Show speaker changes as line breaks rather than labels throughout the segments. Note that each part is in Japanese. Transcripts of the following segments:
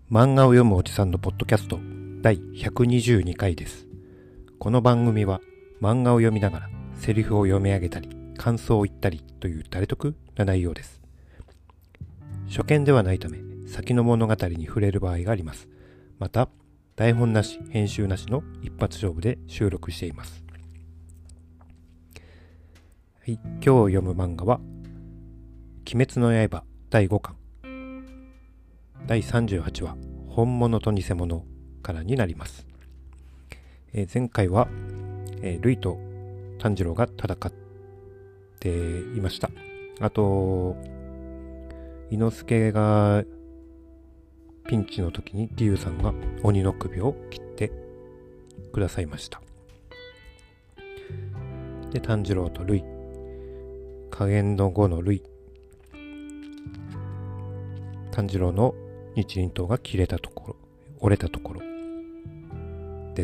漫画を読むおじさんのポッドキャスト第122回です。この番組は漫画を読みながらセリフを読み上げたり感想を言ったりという誰得な内容です。初見ではないため先の物語に触れる場合があります。また台本なし編集なしの一発勝負で収録しています。はい、今日読む漫画は鬼滅の刃第5巻第38話本物と偽物からになります。前回は、ルイと炭治郎が戦っていました。あと伊之助がピンチの時に義勇さんが鬼の首を切ってくださいました。で炭治郎とルイ、加減の5のルイ、炭治郎の日輪刀が切れたところ、折れたところです。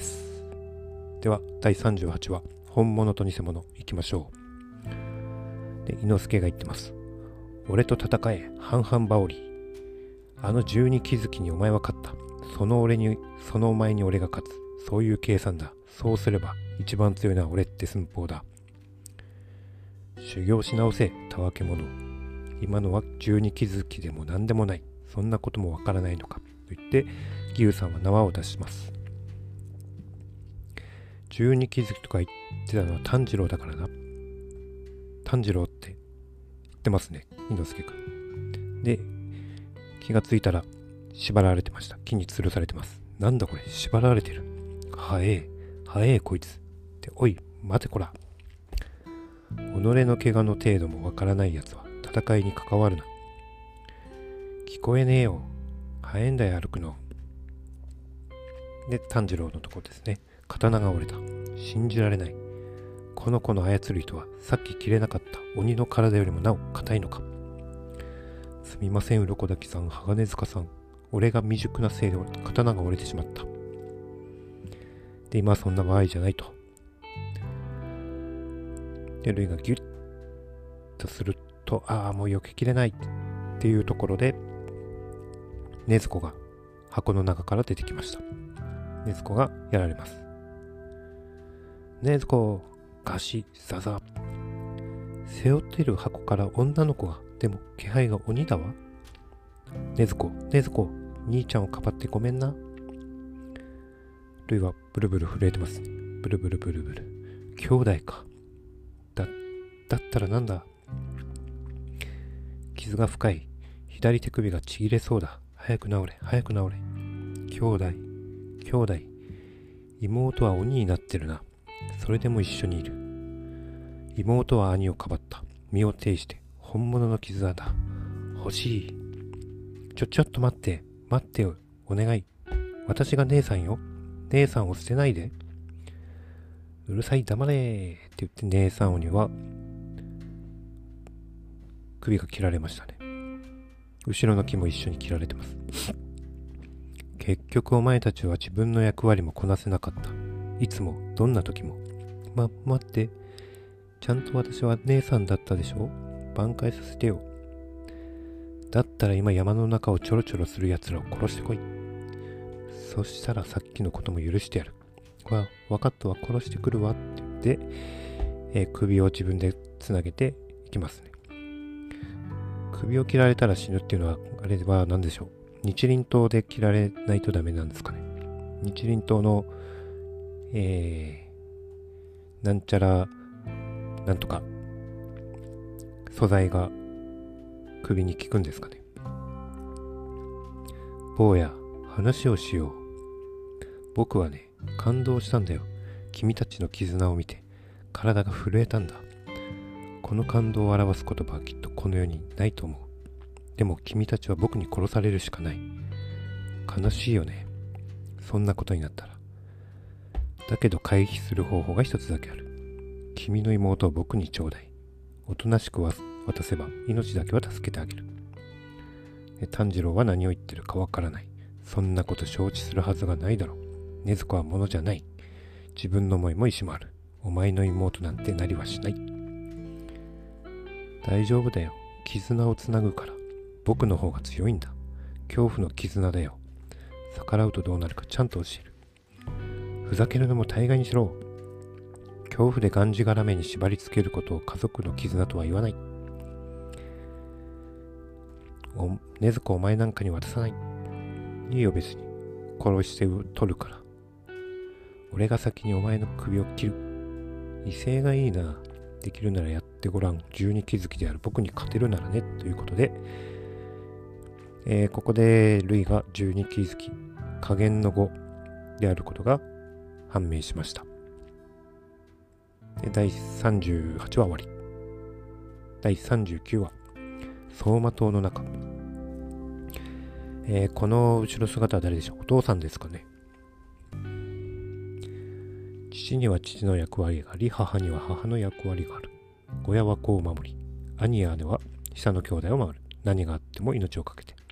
では第38話本物と偽物いきましょう。で伊之助が言ってます。俺と戦え半々羽織、あの12気づきにお前は勝った。そのお前に俺が勝つ。そういう計算だ。そうすれば一番強いのは俺って寸法だ。修行し直せたわけ者。今のは12気づきでも何でもない。そんなこともわからないのかと言って義勇さんは縄を出します。12気づきとか言ってたのは炭治郎だからな。炭治郎って言ってますね、伊之助くん。で気がついたら縛られてました。木に吊るされてます。なんだこれ、縛られてる。早えこいつって。おい待てこら。己の怪我の程度もわからないやつは戦いに関わるな。聞こえねえよ。早いんだよ歩くの。で炭治郎のところですね。刀が折れた。信じられない。この子の操る糸はさっき切れなかった鬼の体よりもなお硬いのか。すみません鱗滝さん、鋼塚さん。俺が未熟なせいで刀が折れてしまった。で今はそんな場合じゃないと。でルイがギュッとすると、もう避けきれないっていうところで禰豆子が箱の中から出てきました。禰豆子がやられます。禰豆子、ガシザザ。背負っている箱から女の子が。でも気配が鬼だわ。禰豆子、兄ちゃんをかばってごめんな。ルイはブルブル震えてます。ブルブル。兄弟か。だったらなんだ。傷が深い。左手首がちぎれそうだ。早く治れ。兄弟。妹は鬼になってるな。それでも一緒にいる。妹は兄をかばった。身を挺して本物の絆だ。欲しい。ちょっと待ってよ。お願い。私が姉さんよ。姉さんを捨てないで。うるさい、黙れって言って姉さん鬼は首が切られましたね。後ろの木も一緒に切られてます。結局お前たちは自分の役割もこなせなかった。いつもどんな時も。待って、ちゃんと私は姉さんだったでしょ。挽回させてよ。だったら今山の中をちょろちょろする奴らを殺してこい。そしたらさっきのことも許してやる。わかったわ、殺してくるわって言って、首を自分でつなげていきますね。首を切られたら死ぬっていうのはあれは何でしょう。日輪刀で切られないとダメなんですかね。日輪刀のなんちゃらなんとか素材が首に効くんですかね。坊や、話をしよう。僕はね、感動したんだよ。君たちの絆を見て体が震えたんだ。この感動を表す言葉はきっとこの世にないと思う。でも君たちは僕に殺されるしかない。悲しいよね、そんなことになったら。だけど回避する方法が一つだけある。君の妹を僕にちょうだい。おとなしく渡せば命だけは助けてあげる。炭治郎は何を言ってるかわからない。そんなこと承知するはずがないだろう。禰豆子は物じゃない。自分の思いも意志もある。お前の妹なんてなりはしない。大丈夫だよ。絆をつなぐから。僕の方が強いんだ。恐怖の絆だよ。 逆らうとどうなるかちゃんと教える。ふざけるのも大概にしろ。恐怖でがんじがらめに縛り付けることを家族の絆とは言わない。禰豆子お前なんかに渡さない。いいよ別に。殺して取るから。俺が先にお前の首を切る。威勢がいいな。できるならやってごらん。十二鬼月である僕に勝てるならね。ということで、ここでルイが十二鬼月加減の語であることが判明しました。で第38話終わり。第39話走馬灯の中。この後ろ姿は誰でしょう。お父さんですかね。父には父の役割があり、母には母の役割がある。親は子を守り、兄や姉は下の兄弟を守る。何があっても命を懸けて。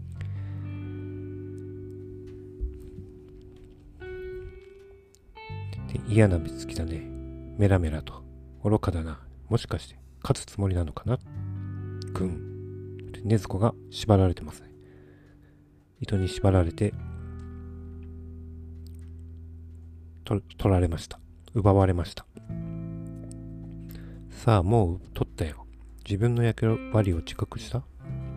で、嫌な目つきだね。メラメラと。愚かだな。もしかして勝つつもりなのかな。ぐん。禰豆子が縛られてますね。糸に縛られて取られました。奪われました。さあもう取ったよ。自分の役割を自覚した。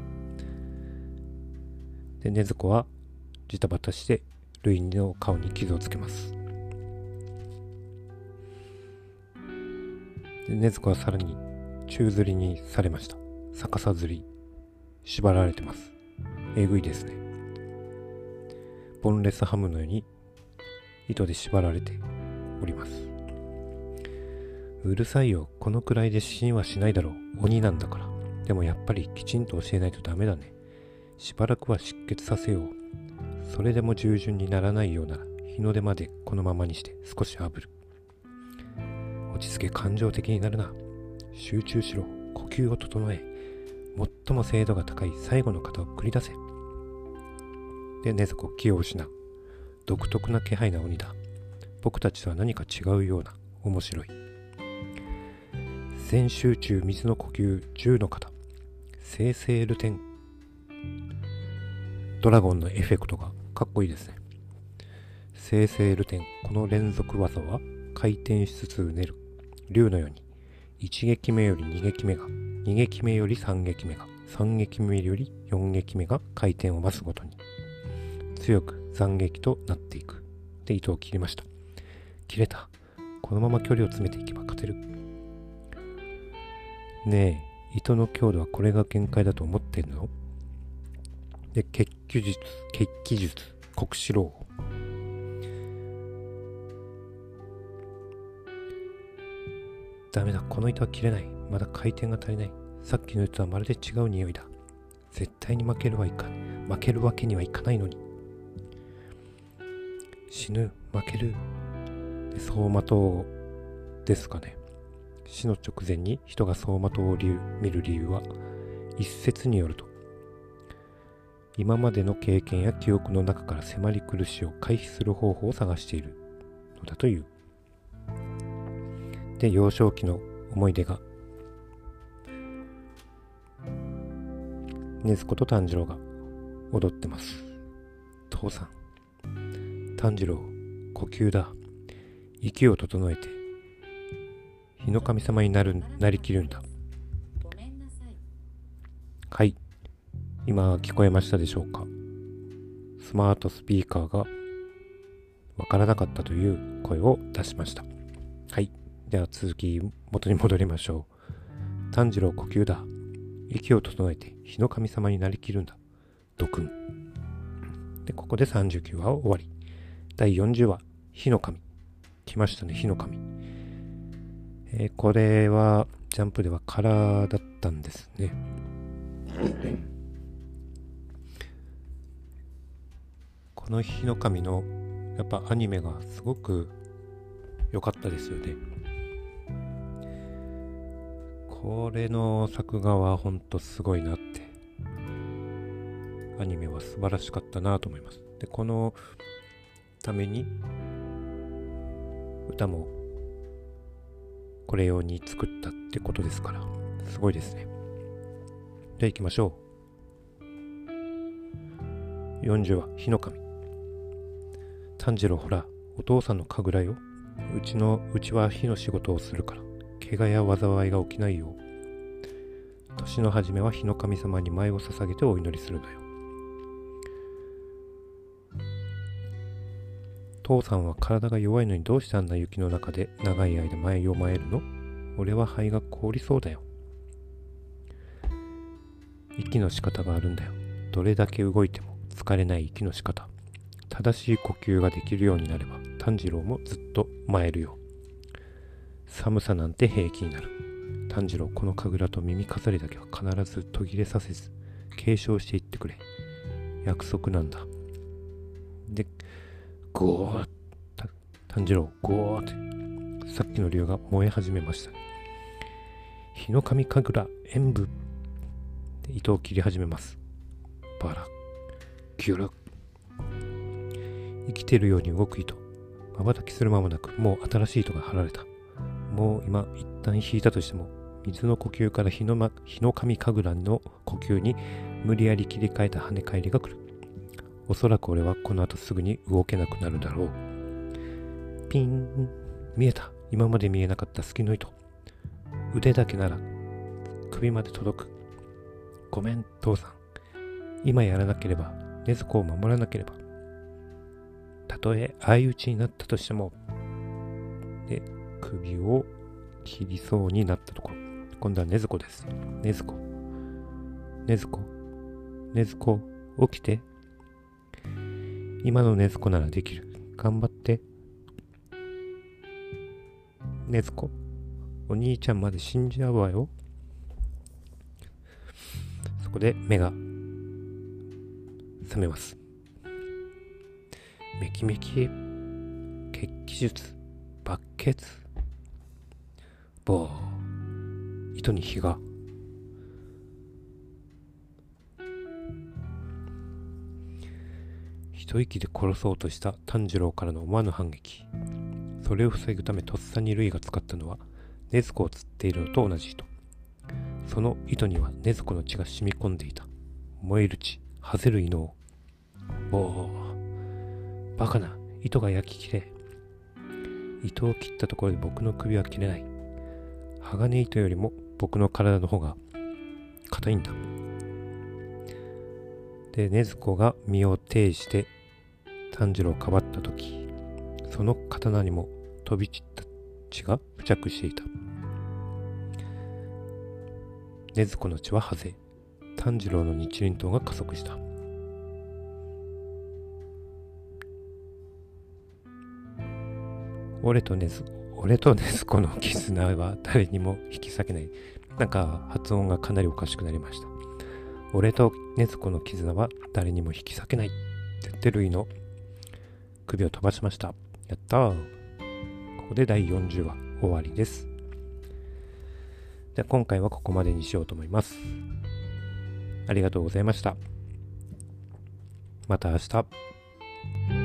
で、禰豆子はジタバタしてルイの顔に傷をつけます。で、禰豆子はさらに宙吊りにされました。逆さ吊り。縛られてます。えぐいですね。ボンレスハムのように糸で縛られております。うるさいよ。このくらいで死にはしないだろう。鬼なんだから。でもやっぱりきちんと教えないとダメだね。しばらくは失血させよう。それでも従順にならないようなら日の出までこのままにして少し炙る。落ち着け。感情的になるな。集中しろ。呼吸を整え。最も精度が高い最後の型を繰り出せ。で、禰豆子気を失う。独特な気配な鬼だ。僕たちとは何か違うような。面白い。全集中水の呼吸10の型。生成ルテン。ドラゴンのエフェクトがかっこいいですね。生成ルテン。この連続技は回転しつつうねる。竜のように1撃目より2撃目が、2撃目より3撃目が、3撃目より4撃目が回転を増すごとに強く斬撃となっていく。で、糸を切りました。切れた。このまま距離を詰めていけば勝てる。ねえ、糸の強度はこれが限界だと思ってんの？で、血気術、黒四郎。ダメだ、この糸は切れない。まだ回転が足りない。さっきの糸はまるで違う匂いだ。絶対に負けるわけにはいかないのに。死ぬ、負ける。で、走馬灯ですかね。死の直前に人が走馬灯を見る理由は、一説によると、今までの経験や記憶の中から迫り来る死を回避する方法を探しているのだという。で、幼少期の思い出が、禰豆子と炭治郎が踊ってます。父さん、炭治郎、呼吸だ。息を整えて日の神様になりきるんだ。はい、今聞こえましたでしょうか。スマートスピーカーがわからなかったという声を出しました。はい、では続き元に戻りましょう。炭治郎、呼吸だ。息を整えて日の神様になりきるんだ。ドクン。で、ここで39話を終わり。第40話、火の神。来ましたね、火の神。これはジャンプではカラーだったんですね。この火の神のやっぱアニメがすごく良かったですよね。これの作画はほんとすごいなって、アニメは素晴らしかったなと思います。で、このために歌もこれ用に作ったってことですから、すごいですね。じゃあ行きましょう。40話、火の神。 炭治郎ほら、お父さんの神楽よ。うちは火の仕事をするから、怪我や災いが起きないよ。年の初めは火の神様に舞を捧げてお祈りするのよ。父さんは体が弱いのにどうしてあんな雪の中で長い間舞を舞えるの？俺は肺が凍りそうだよ。息の仕方があるんだよ。どれだけ動いても疲れない息の仕方。正しい呼吸ができるようになれば炭治郎もずっと舞えるよ。寒さなんて平気になる。炭治郎、この神楽と耳飾りだけは必ず途切れさせず継承していってくれ。約束なんだ。で、ゴーッ、炭治郎、ゴーってさっきの竜が燃え始めました。火の神神楽演武で糸を切り始めます。バラキュル、生きてるように動く糸。瞬きする間もなくもう新しい糸が張られた。もう今一旦引いたとしても水の呼吸から火の神神楽の呼吸に無理やり切り替えた跳ね返りが来る。おそらく俺はこの後すぐに動けなくなるだろう。ピン、見えた。今まで見えなかった隙の糸。腕だけなら首まで届く。ごめん父さん、今やらなければ禰豆子を守らなければ。たとえ相打ちになったとしても。で、首を切りそうになったところ、今度は禰豆子です。禰豆子起きて。今の禰豆子ならできる。頑張って。禰豆子、お兄ちゃんまで死んじゃうわよ。そこで目が覚めます。めきめき血気術、爆血、ボー、糸に火が。一息で殺そうとした炭治郎からの思わぬ反撃。それを防ぐためとっさにルイが使ったのは禰豆子を釣っているのと同じ糸。その糸には禰豆子の血が染み込んでいた。燃える血、はぜる異能。ボー、バカな、糸が焼き切れ。糸を切ったところで僕の首は切れない。鋼糸よりも僕の体の方が硬いんだ。で、禰豆子が身を挺して炭治郎をかばったとき、その刀にも飛び散った血が付着していた。禰豆子の血ははぜ、炭治郎の日輪刀が加速した。俺と禰豆子の絆は誰にも引き裂けない。なんか発音がかなりおかしくなりました。俺と禰豆子の絆は誰にも引き裂けないって言ってルイの首を飛ばしました。やったー。ここで第40話終わりです。じゃあ今回はここまでにしようと思います。ありがとうございました。また明日。